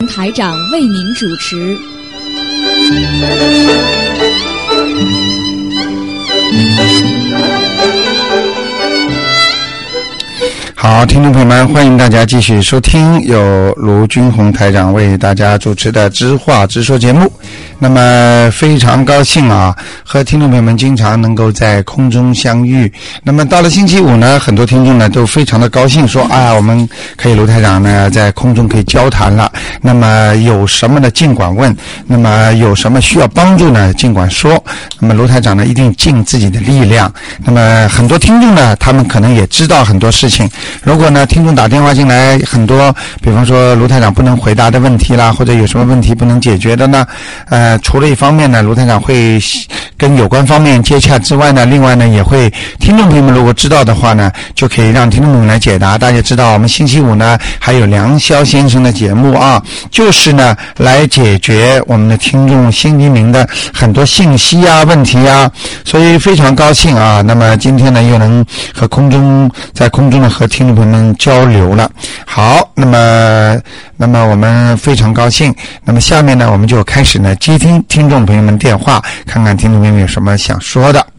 台长为您主持。 好，听众朋友们，欢迎大家继续收听由卢军红台长为大家主持的知话直说节目。那么非常高兴啊，和听众朋友们经常能够在空中相遇。那么到了星期五呢，很多听众呢都非常的高兴，说啊，我们可以卢台长呢在空中可以交谈了。那么有什么呢尽管问，那么有什么需要帮助呢尽管说。那么卢台长呢一定尽自己的力量。那么很多听众呢，他们可能也知道很多事情。如果呢听众打电话进来很多，比方说卢台长不能回答的问题啦，或者有什么问题不能解决的呢，除了一方面呢卢台长会跟有关方面接洽之外呢，另外呢也会听众朋友们如果知道的话呢，就可以让听众朋友们来解答。大家知道我们星期五呢还有梁霄先生的节目啊，就是呢来解决我们的听众心里面的很多信息啊问题啊，所以非常高兴啊。那么今天呢又能在空中呢和听众朋友们交流了。好，那么我们非常高兴。那么下面呢我们就开始呢接听听众朋友们电话，看看听众朋友们有什么想说的。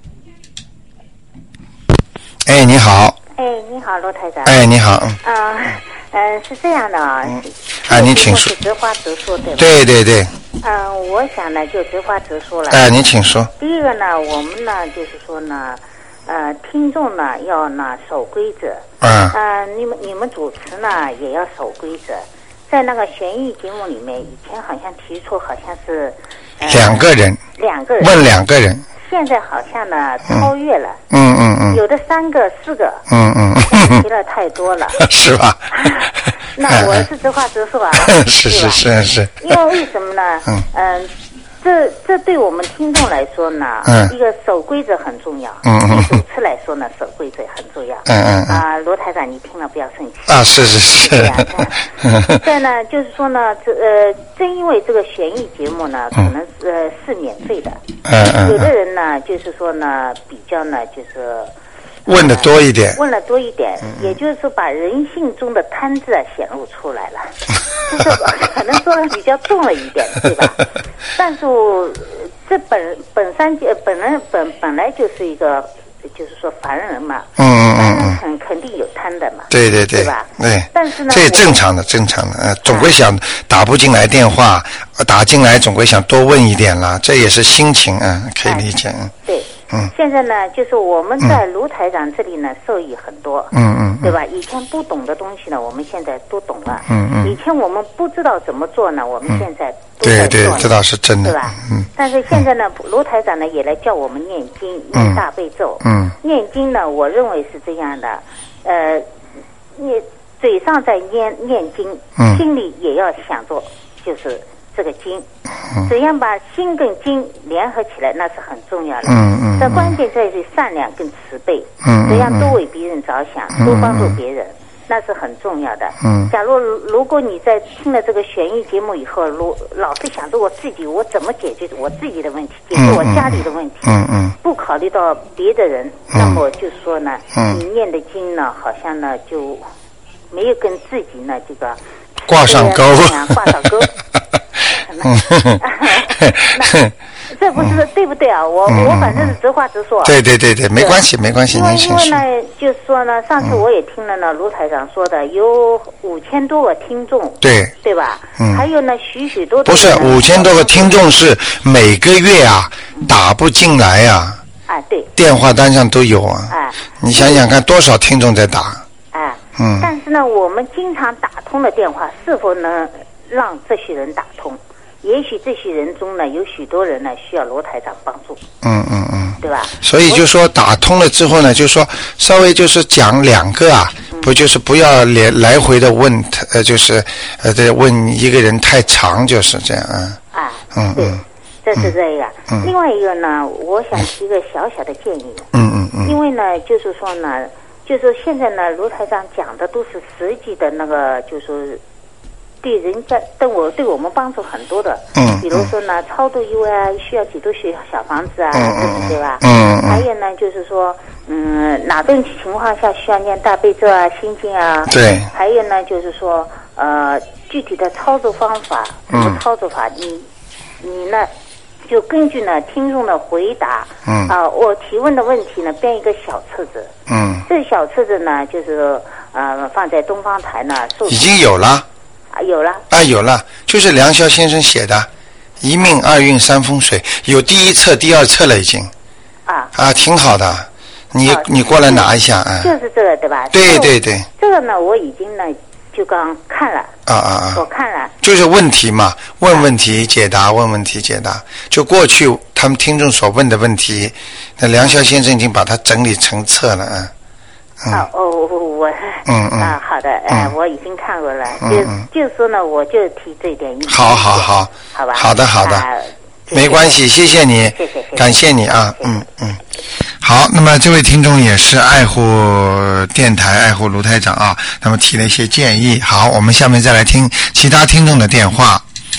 哎，你好。 哎，你好，罗台长。 哎，你好。 是这样的啊。 你请说。 直话直说，对吧？ 对对对。 我想呢就直话直说了。 你请说。 第一个呢，我们呢就是说呢，听众呢要呢守规则。你们主持呢也要守规则。在那个悬疑节目里面，以前好像提出好像是两个人问两个人， 现在好像呢超越了。有的3个4个。提了太多了。 是吧？ 那我是直话直说啊。 是。 因为什么呢？这对我们听众来说呢，一个守规则很重要。对主持来说呢，守规则很重要。罗台长，你听了不要生气。 是。 再呢，就是说呢，正因为这个悬疑节目呢，可能是免费的。有的人呢，就是说呢，比较呢，就是问的多一点， 也就是说把人性中的贪字显露出来了，就是可能说的比较重了一点，对吧？但是这本来就是一个，就是说凡人嘛，凡人肯定有贪的嘛，对吧？ 对。 但是呢， 这也正常的，总归想打不进来电话，打进来总归想多问一点啦，这也是心情可以理解。 对。现在呢，就是我们在卢台长这里呢受益很多，对吧？以前不懂的东西呢，我们现在都懂了。以前我们不知道怎么做呢，我们现在都在做。对， 这倒是真的， 对吧？但是现在呢，卢台长呢也来教我们念经，念大悲咒。念经呢，我认为是这样的，你嘴上在念经，心里也要想着就是这个经。怎样把心跟经联合起来，那是很重要的。但关键在于善良跟慈悲。怎样多为别人着想，多帮助别人，那是很重要的。假如果你在听了这个悬疑节目以后，老是想着我怎么解决我自己的问题，解决我家里的问题，不考虑到别的人，那么就是说呢，你念的经呢，好像呢就没有跟自己呢这个挂上钩。 这不是对不对啊？我反正是直话直说。 对，没关系， 因为呢，就是说呢，上次我也听了呢，卢台长说的，有5000多个听众，对吧？还有呢，许多不是5000多个听众，是每个月打不进来对， 电话单上都有你想想看，多少听众在打？ 但是呢，我们经常打通的电话，是否能让这些人打通？也许这些人中呢，有许多人呢需要罗台长帮助。对吧？ 所以就说打通了之后呢，就说稍微就是讲2个不就是不要来回的问就是问一个人太长，就是这样对，这是这样。另外一个呢，我想提一个小小的建议。因为呢，就是说呢，就是现在呢，卢台长讲的都是实际的那个，就是对人家对我们帮助很多的。比如说呢，超度一位需要几多小房子对吧？还有呢，就是说哪种情况下需要念大悲咒心经对。 还有呢，就是说具体的操作方法，怎么操作法？你呢，就根据呢听众的回答，我提问的问题呢，编一个小册子。这小册子呢，就是放在东方台呢。 已经有了。 有了。 有了，就是梁霄先生写的《一命二运三风水》，有第一册、第二册了已经。挺好的。你过来拿一下就是这个对吧？ 对对对。 这个呢，我已经呢就刚看了。我看了。 就是问题嘛，问问题解答，问问题解答。就过去他们听众所问的问题，那梁霄先生已经把它整理成册了好的，我已经看过了。就是说呢，我就提这一点意见。 好吧。 好的，没关系，谢谢你， 谢谢， 感谢你啊，好，那么这位听众也是爱护电台、爱护卢台长啊，那么提了一些建议。好，我们下面再来听其他听众的电话。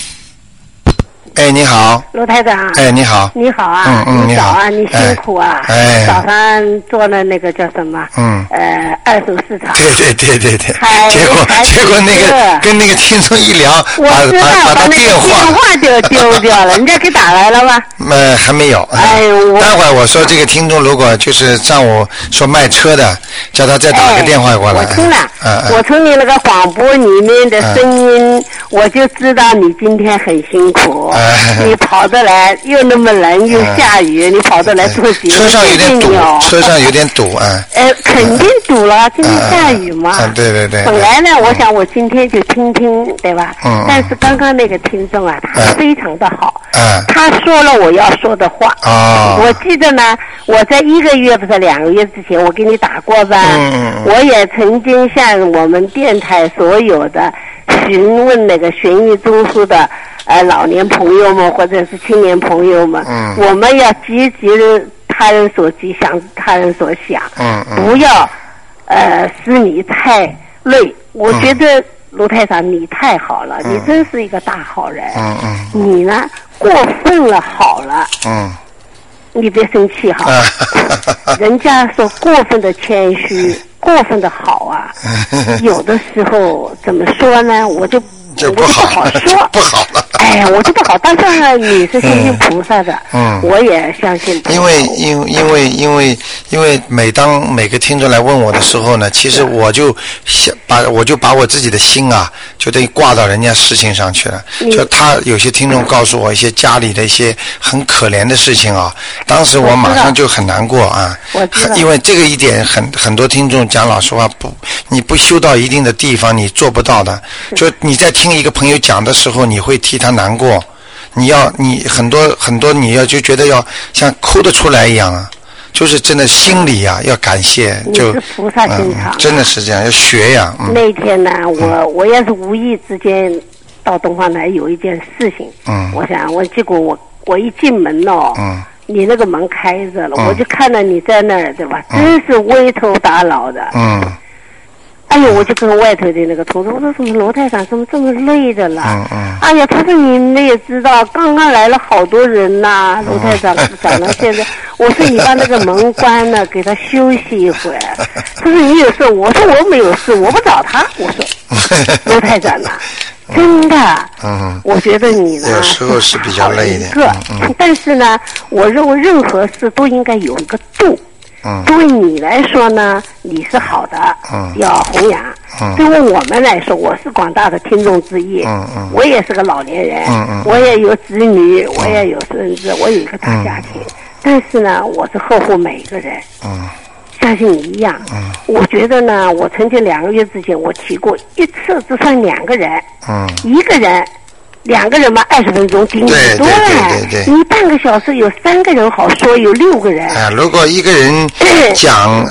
你好， 卢台长。 你好。 你好啊。你早啊，你辛苦啊。早上做了那个叫什么？二手市场。 对。结果那个跟那个听众一聊， 我知道把他电话就丢掉了，人家给打来了吗？ 还没有。待会儿我说这个听众如果就是上午说卖车的，叫他再打个电话过来。 我听了，我从你那个广播里面的声音，我就知道你今天很辛苦。你跑得来，又那么冷又下雨，你跑得来做节目。 车上有点堵肯定堵了，今天下雨嘛。 对。 本来呢，我想我今天就听，对吧？但是刚刚那个听众啊，他非常的好。他说了我要说的话。我记得呢，我在1个月不是2个月之前，我给你打过吧。我也曾经向我们电台所有的询问那个悬疑综述的老年朋友们或者是青年朋友们，我们要积极他人所急，想他人所想，不要使你太累。我觉得卢台长你太好了，你真是一个大好人。你呢过分了好了。你别生气哈。人家说过分的谦虚，过分的好啊，有的时候怎么说呢，我就不好说。 不好了。 我就不好，但是呢，你是相信菩萨的，我也相信菩萨。因为每当每个听众来问我的时候呢，其实我就把我自己的心啊，就等于挂到人家事情上去了。就他有些听众告诉我一些家里的一些很可怜的事情啊，当时我马上就很难过啊。因为这个一点很多听众讲老实话，你不修到一定的地方，你做不到的。就你在听一个朋友讲的时候，你会替他难过，你很多你要就觉得要像哭得出来一样啊，就是真的心里啊要感谢，就是菩萨心肠， 真的是这样，要学呀。 那天呢，我也是无意之间到东方来有一件事情，我想结果我一进门你那个门开着了，我就看到你在那儿，对吧？真是危头打老的。哎呦，我就跟外头的那个同事我说，怎么罗台长怎么这么累的了？哎呀，他说你也知道，刚刚来了好多人呐，罗台长讲到现在，我说你把那个门关了，给他休息一会儿。他说你有事，我说我没有事，我不找他。我说罗台长呐，真的，我觉得你呢有时候是比较累的。 但是呢，我认为任何事都应该有一个度。对你来说呢，你是好的，要弘扬。对于我们来说，我是广大的听众之一，我也是个老年人，我也有子女，我也有孙子，我有一个大家庭。但是呢，我是呵护每一个人，像是你一样。我觉得呢，我曾经2个月之前我提过，一次只算2个人，一个人。2个人嘛，20分钟顶多了。你半个小时有3个人好说，有6个人。 如果一个人讲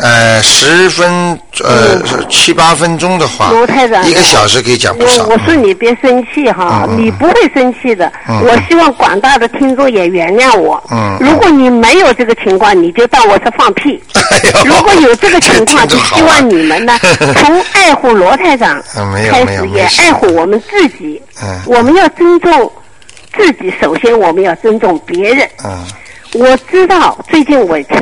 7、8分钟的话， 卢台长，1 个小时可以讲不少。 我说你别生气哈，你不会生气的。我希望广大的听众也原谅我。如果你没有这个情况，你就当我是放屁。如果有这个情况，就希望你们呢，从爱护罗台长开始，也爱护我们自己。我们要尊重自己，首先我们要尊重别人。我知道最近我也听了，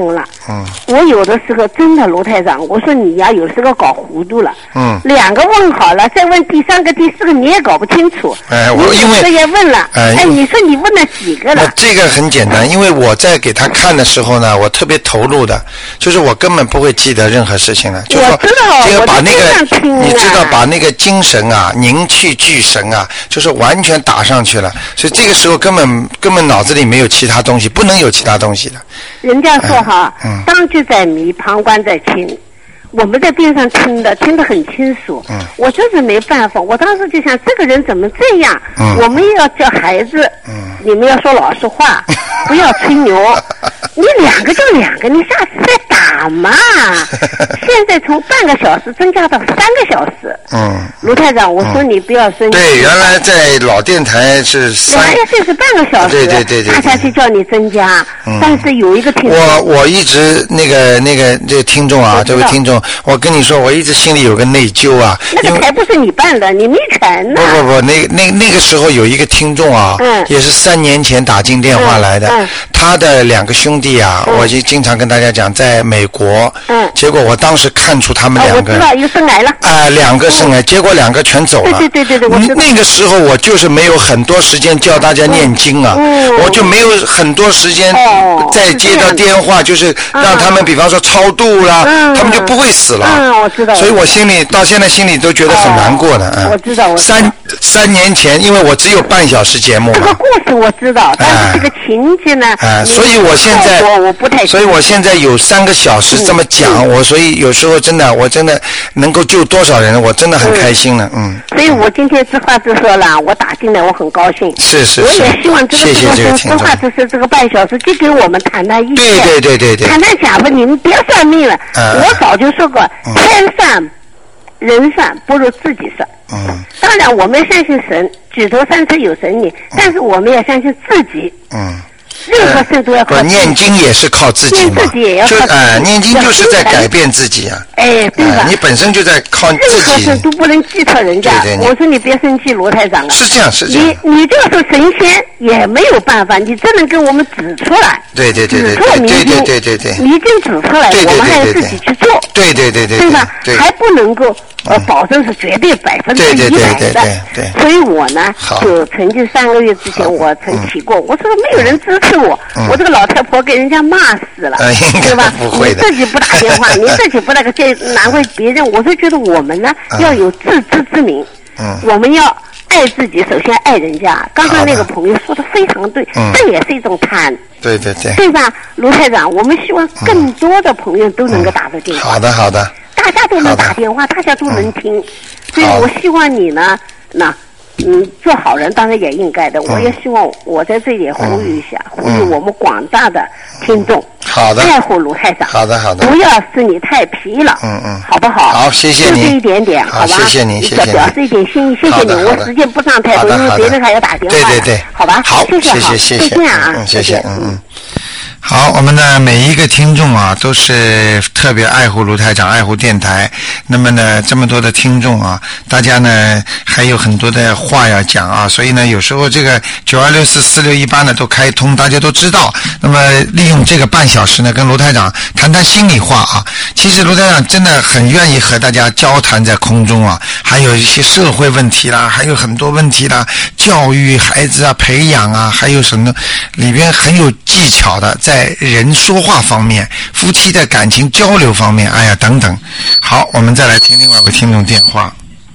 我有的时候真的卢台长，我说你呀，有时候搞糊涂了。2个问好了，再问第3个、第4个你也搞不清楚。 我因为也问了。你说你问了几个了？ 这个很简单，因为我在给他看的时候呢，我特别投入的，就是我根本不会记得任何事情的。 我知道， 这个把那个，你知道把那个精神啊，凝气聚神啊，就是完全打上去了。所以这个时候根本脑子里没有其他东西，不能有其他东西的。 人家说哈，当局者迷，旁观者清。我们在边上听得很清楚。我就是没办法，我当时就想，这个人怎么这样？我们要教孩子，你们要说老实话，不要吹牛。你2个就2个，你下次再打嘛。现在从半个小时增加到3个小时。卢台长，我说你不要生气。 对，原来在老电台是原来就是半个小时。 对。 大家去叫你增加，但是有一个听众。 我一直那个这个听众啊，这位听众。我跟你说，我一直心里有个内疚啊。 那个才不是你办的，你没权呢。 不，那个时候有一个听众啊，也是3年前打进电话来的。他的2个兄弟啊，我就经常跟大家讲，在美国。结果我当时看出他们2个。 我知道，一个生癌了。 2个生癌，结果2个全走了。 对，我知道。 那个时候我就是没有很多时间教大家念经啊，我就没有很多时间再接到电话，就是让他们比方说超度啦，他们就不会死了。 我知道。 所以我到现在心里都觉得很难过的。 我知道。 3年前，因为我只有半小时节目。 这个故事我知道，但是这个情节呢？ 所以我现在我不太。 所以我现在有3个小时这么讲，所以有时候我真的能够救多少人，我真的很开心了。 所以我今天直话直说了，我打进来我很高兴。 是。 我也希望这个直话直说这个半小时就给我们谈谈意见。 对。 谈谈讲吧，你们别算命了。我早就说过，天算人算不如自己算。当然我们相信神，举头三尺有神明，但是我们要相信自己。任何事都要靠自己。 念经也是靠自己嘛。 念自己也要靠自己。 念经就是在改变自己啊。 对吧？ 你本身就在靠自己。 任何事都不能记错人家。 对。 我说你别生气，罗台长啊。 是这样。 你这个是神仙也没有办法，你只能跟我们指出来。 对。 指出迷津。迷津指出来，我们还要自己去做。 对。 对吧？还不能够保证是绝对100%的。 对。 所以我呢，就曾经3个月之前，我曾提过，我说没有人支持我，我这个老太婆给人家骂死了，对吧？ 不会的。 你自己不打电话，你自己不那个难为别人。我是觉得我们呢要有自知之明，我们要爱自己，首先爱人家。刚刚那个朋友说的非常对，这也是一种贪。 对。 对吧，卢台长？我们希望更多的朋友都能够打得电话。 好的。 大家都能打电话，大家都能听，所以我希望你呢，做好人当然也应该的。我也希望我在这里也呼吁一下，呼吁我们广大的听众，爱护卢台长。 好的。 不要使你太疲了。好不好？ 好，谢谢你。 就这一点点，好吧？ 谢谢你。 表示一点心意，谢谢你。我时间不上太多，因为别人还要打电话。 对。 好吧。 好，谢谢。再见啊。 谢谢。好，我们的每一个听众啊，都是特别爱护卢台长，爱护电台。那么呢，这么多的听众啊，大家呢还有很多的话要讲啊，所以呢，有时候这个92644618呢都开通，大家都知道。那么利用这个半小时呢，跟卢台长谈谈心里话啊。其实卢台长真的很愿意和大家交谈在空中啊，还有一些社会问题啦，还有很多问题啦，教育孩子啊，培养啊，还有什么里边很有技巧的，在人说话方面，夫妻的感情交流方面，等等。好，我们再来听另外一位听众电话。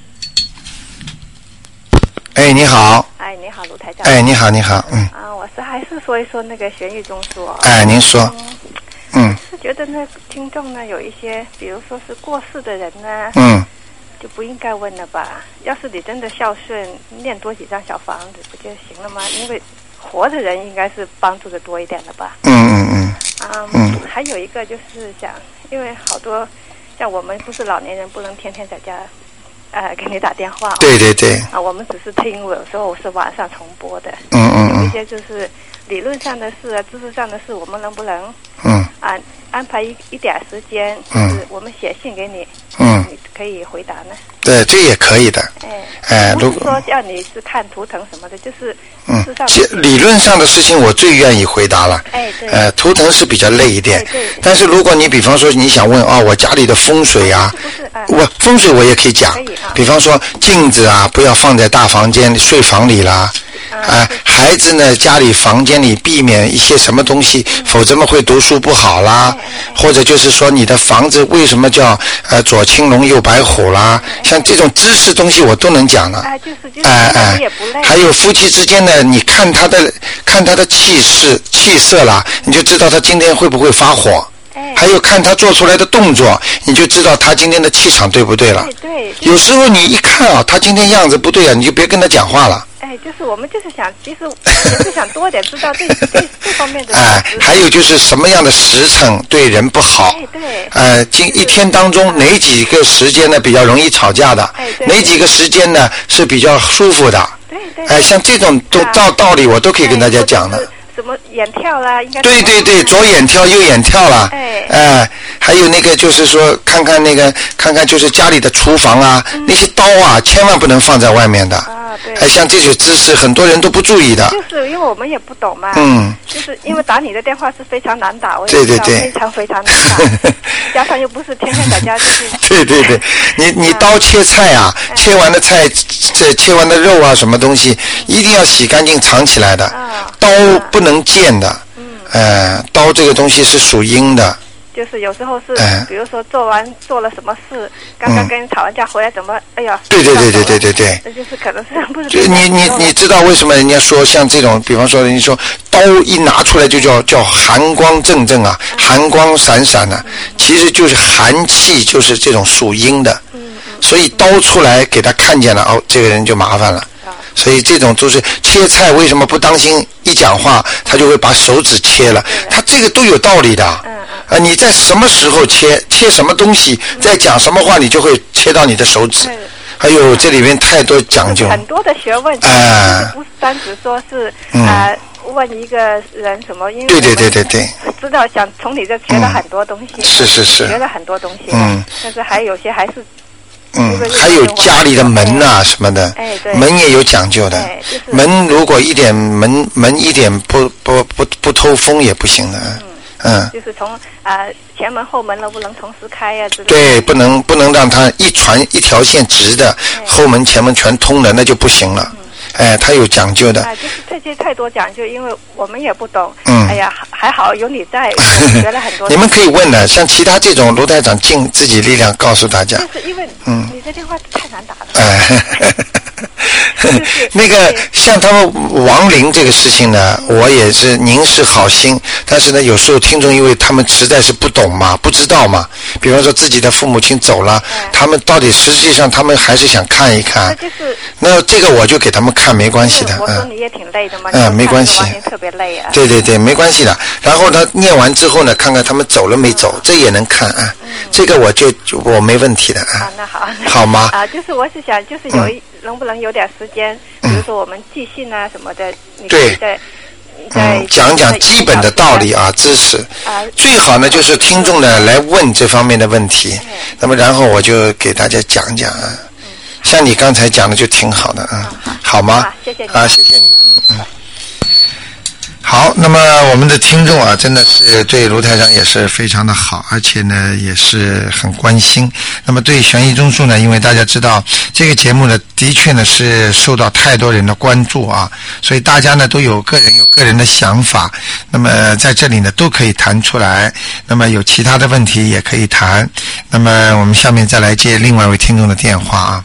你好。 你好，卢台长。 你好。 我还是说一说那个悬疑中说。 您说。 是觉得那听众呢，有一些，比如说是过世的人呢，就不应该问了吧？要是你真的孝顺，念多几张小房子不就行了吗？因为活的人应该是帮助的多一点的吧。还有一个就是想，因为好多像我们不是老年人，不能天天在家给你打电话。 对。 我们只是听，有时候是晚上重播的。有一些就是理论上的事啊，知识上的事，我们能不能安排一点时间，就是我们写信给你，你可以回答呢？ 对，这也可以的。 不是说叫你是看图腾什么的，就是理论上的事情我最愿意回答了。 对。 图腾是比较累一点。 对。 但是如果你比方说你想问我家里的风水啊，风水我也可以讲。比方说镜子啊，不要放在大房间睡房里啦。孩子呢，家里房间里避免一些什么东西，否则会读书不好啦。或者就是说你的房子为什么叫左青龙右白虎啦？像这种知识东西我都能讲了。还有夫妻之间呢，你看他的气色啦，你就知道他今天会不会发火。还有看他做出来的动作，你就知道他今天的气场对不对了。 对。 有时候你一看他今天样子不对你就别跟他讲话了。 就是我们就是想，其实也是想多点知道这方面的。 还有就是什么样的时辰对人不好。对。一天当中哪几个时间呢比较容易吵架的？哪几个时间呢是比较舒服的？ 对。 像这种道理我都可以跟大家讲的。 什么眼跳啦，应该对，左眼跳右眼跳啦。还有那个就是说看看就是家里的厨房啊，那些刀啊千万不能放在外面的。 对。 像这些知识很多人都不注意的。 就是因为我们也不懂嘛。就是因为打你的电话是非常难打，我也知道非常非常难打。加上又不是天天在家就是。 对，你刀切菜啊，切完的菜切完的肉啊什么东西一定要洗干净藏起来的。刀不能见的。刀这个东西是属阴的。 就是有时候是，比如说做了什么事，刚刚跟人吵完架回来怎么，哎呀。 对。 这就是可能是不是。 你知道为什么人家说像这种，比方说人家说刀一拿出来就叫寒光阵阵啊，寒光闪闪啊，其实就是寒气，就是这种属阴的。所以刀出来给他看见了，这个人就麻烦了。所以这种就是切菜为什么不当心一讲话他就会把手指切了，他这个都有道理的。你在什么时候切什么东西，在讲什么话你就会切到你的手指。还有这里面太多讲究， 很多的学问，不是单只说是问一个人什么，因为对， 知道想从你这学了很多东西。 是学了很多东西。但是还有些还是。 还有家里的门啊什么的，门也有讲究的。门如果门一点不透风也不行的。 就是从前门后门能不能同时开呀？ 对，不能让它一条线直的，后门前门全通的那就不行了。它有讲究的。 就是这些太多讲究，因为我们也不懂。哎呀，还好有你在，学了很多。 你们可以问的，像其他这种卢台长尽自己力量告诉大家。 就是因为你的电话太难打了。 那个像他们亡灵这个事情呢，我也是您是好心，但是呢有时候听众因为他们实在是不懂嘛，不知道嘛，比方说自己的父母亲走了，他们到底实际上他们还是想看一看。那这个我就给他们看没关系的。 我说你也挺累的嘛。 没关系。 特别累啊。 对，没关系的。然后呢念完之后呢，看看他们走了没走，这也能看啊。这个我没问题的啊。 那好。 好吗？ 就是我是想就是能不能有点时间，比如说我们寄信啊什么的，你讲基本的道理啊，知识。最好呢就是听众呢来问这方面的问题，那么然后我就给大家讲讲啊。像你刚才讲的就挺好的好吗？ 谢谢你。 谢谢你。好，那么我们的听众啊，真的是对卢台长也是非常的好，而且呢也是很关心。那么对悬疑综述呢，因为大家知道这个节目呢，的确呢是受到太多人的关注啊，所以大家呢都有个人的想法，那么在这里呢都可以谈出来，那么有其他的问题也可以谈。那么我们下面再来接另外一位听众的电话啊。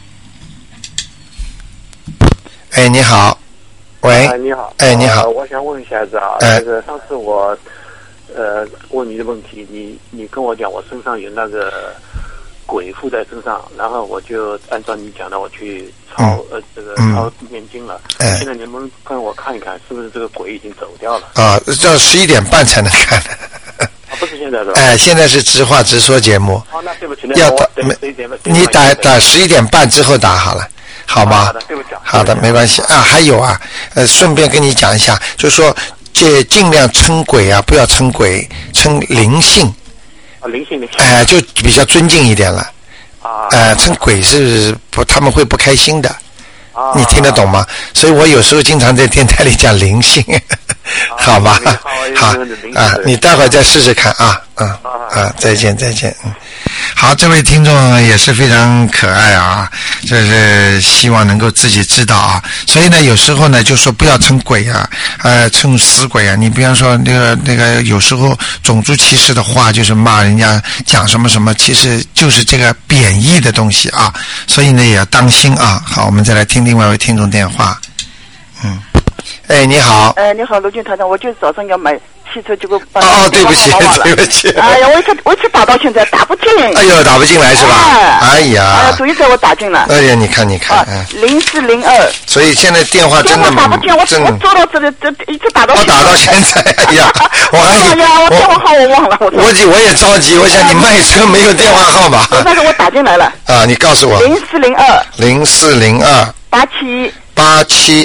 你好。喂， 你好。 你好。 我想问一下子啊，那个上次我问你的问题，你跟我讲我身上有那个鬼附在身上，然后我就按照你讲的我去抄念经了。现在你们跟我看一看，是不是这个鬼已经走掉了？ 要11点半才能看的。 不是现在的。 现在是直话直说节目。 那对不起， 要打你打11点半之后打好了。好吗？ 对不起。 好的，没关系啊。还有啊，顺便跟你讲一下，就是说尽量称鬼啊，不要称鬼，称灵性。 灵性。 就比较尊敬一点了。称鬼是不，他们会不开心的。你听得懂吗？所以我有时候经常在电台里讲灵性，好吧？好你待会儿再试试看啊。再见。好，这位听众也是非常可爱啊，就是希望能够自己知道啊。所以呢，有时候呢，就说不要称鬼啊，称死鬼啊。你比方说那个，有时候种族歧视的话，就是骂人家讲什么什么，其实就是这个贬义的东西啊。所以呢，也要当心啊。好，我们再来听另外一位听众电话。你好。 你好，卢军台长，我就早上要买汽车，结果对不起。 哎呀，我一直打到现在打不进。 哎呦，打不进来是吧？哎呀， 终于给我打进了。 哎呀，你看 ，0402。 所以现在电话真的打不进，我坐到这里，一直打到现在。哎呀， 我电话号我忘了。 我也着急，我想你卖车没有电话号码。 但是我打进来了。 你告诉我。0402 8787871。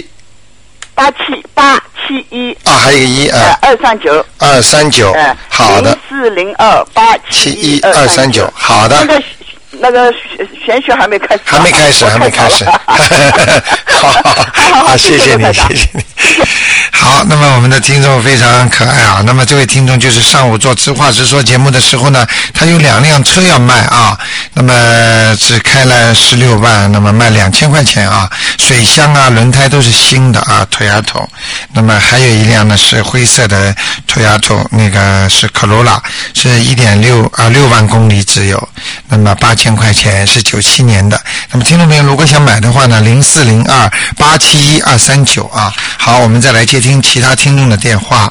还有一个1。239。好的。0402871239。好的。 那个玄学还没开始。 还没开始。好，谢谢你。好，那么我们的听众非常可爱啊。那么这位听众就是上午做直话直说节目的时候呢，他有2辆车要卖啊，那么只开了16万，那么卖2000块钱啊，水箱啊轮胎都是新的啊 Toyota， 那么还有一辆呢是灰色的 Toyota， 那个是 Corolla， 是6万公里只有，那么8000块钱，是97年的。那么听众朋友如果想买的话呢，0402 8711239啊。好，我们再来接听其他听众的电话。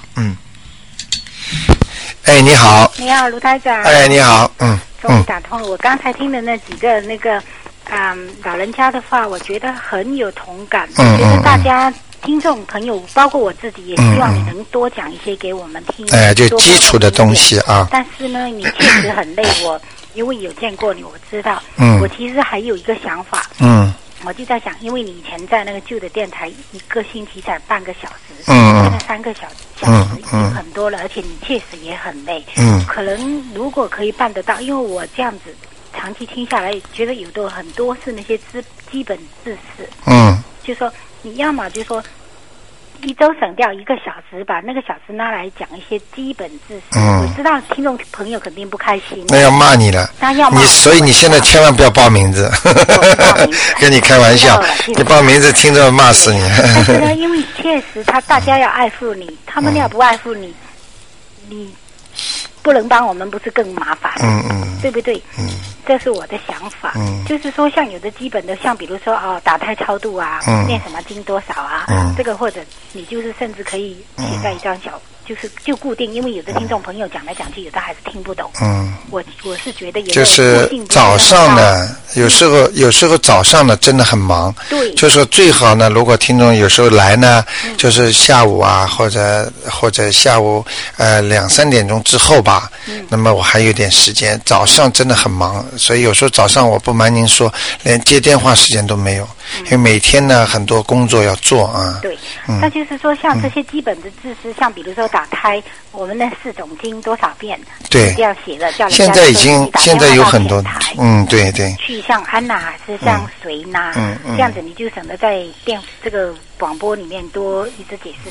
你好。 你好，卢台长。 你好。 终于打通了。我刚才听的那几个老人家的话，我觉得很有同感。我觉得大家听众朋友，包括我自己，也希望你能多讲一些给我们听。 就基础的东西啊。 但是呢，你确实很累，因为有见过你，我知道。我其实还有一个想法。我就在想，因为你以前在那个旧的电台，一个星期才半个小时，现在3个小时已经很多了，而且你确实也很累。可能如果可以办得到，因为我这样子长期听下来，觉得有的很多是那些基本知识。就说你要么就说一周省掉1个小时，把那个小时拿来讲一些基本知识。我知道听众朋友肯定不开心。 那要骂你了。所以你现在千万不要报名字。跟你开玩笑，你报名字听着骂死你。 但是呢，因为确实大家要爱护你，他们要不爱护你，你不能帮我们，不是更麻烦？对不对？这是我的想法。就是说，像有的基本的，像比如说打胎超度啊，念什么经多少啊，这个或者你就是甚至可以写在一张就固定，因为有的听众朋友讲来讲去，有的还是听不懂。我是觉得就是早上呢，有时候早上呢真的很忙。 对。 就是说最好呢，如果听众有时候来呢，就是下午啊，或者下午2、3点钟之后吧。那么我还有点时间，早上真的很忙，所以有时候早上我不瞒您说，连接电话时间都没有，因为每天呢很多工作要做啊。 对。那就是说，像这些基本的知识，像比如说打胎，我们的4种经多少遍？ 对， 这样写的，叫人家现在有很多对。 去像安娜还是像谁呢？这样子你就省得在这个广播里面多一直解释。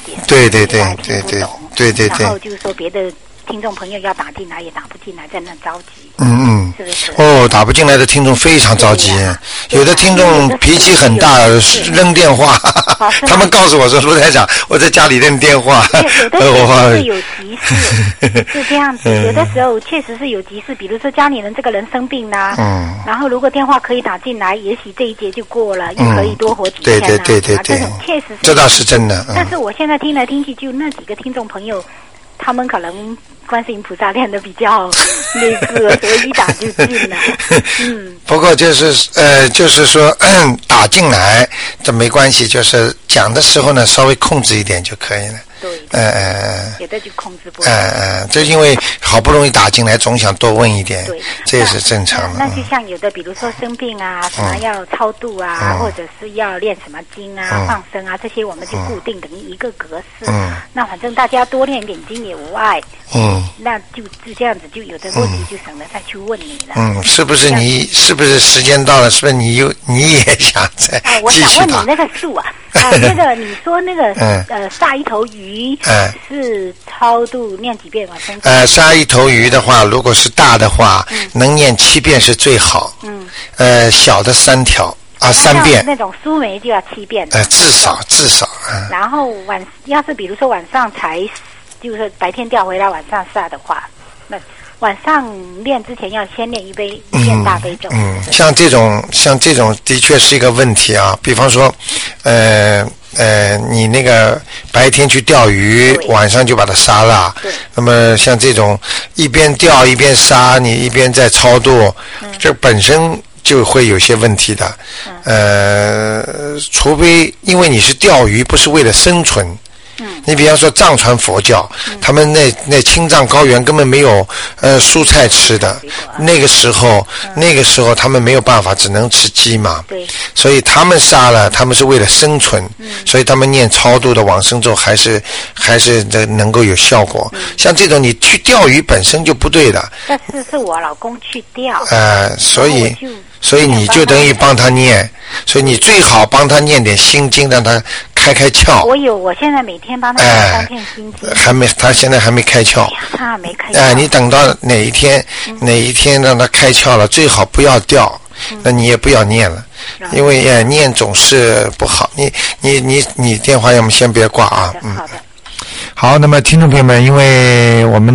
对。然后就是说别的听众朋友要打进来也打不进来，在那着急。是不是？ 打不进来的听众非常着急，有的听众脾气很大，扔电话。他们告诉我说，卢台长，我在家里扔电话。 有的是有急事，是这样子。有的时候确实是有急事，比如说家里人这个人生病啦，然后如果电话可以打进来，也许这一节就过了，又可以多活几天啊。对，这种确实是。 这倒是真的。 但是我现在听来听去，就那几个听众朋友，他们可能观世音菩萨练得比较那个，所以一打就进了。 不过就是说打进来这没关系，就是讲的时候呢稍微控制一点就可以了。 有的就控制不了。 这因为好不容易打进来，总想多问一点， 对， 这也是正常的。 那就像有的，比如说生病啊，什么要超度啊，或者是要练什么经啊、放生啊，这些我们就固定等于一个格式。那反正大家多练一点经也无碍。那就这样子，就有的问题就省得再去问你了。 是不是时间到了？是不是你也想再我想问你那个数啊，那个你说那个杀一头鱼是超度念几遍往生？ 杀一头鱼的话，如果是大的话，能念7遍是最好。小的3条3遍。 那种苏梅就要7遍。 至少。 然后要是比如说晚上才，就是白天调回来晚上杀的话，那晚上练之前要先练一遍大悲咒。 像这种的确是一个问题啊。比方说，你那个白天去钓鱼，晚上就把它杀了。那么像这种一边钓一边杀，你一边在超度，这本身就会有些问题的。除非因为你是钓鱼，不是为了生存。你比方说藏传佛教，他们那青藏高原根本没有蔬菜吃的，那个时候他们没有办法，只能吃鸡嘛。所以他们杀了，他们是为了生存，所以他们念超度的往生咒还是能够有效果。像这种你去钓鱼本身就不对的。 但是我老公去钓。 所以你就等于帮他念，所以你最好帮他念点心经，让他开窍。 我现在每天帮他念3遍心经。 他现在还没开窍。 他还没开窍。 你等到哪一天让他开窍了，最好不要掉，那你也不要念了，因为念总是不好。你电话要么先别挂啊。 好的。 好，那么听众朋友们，因为我们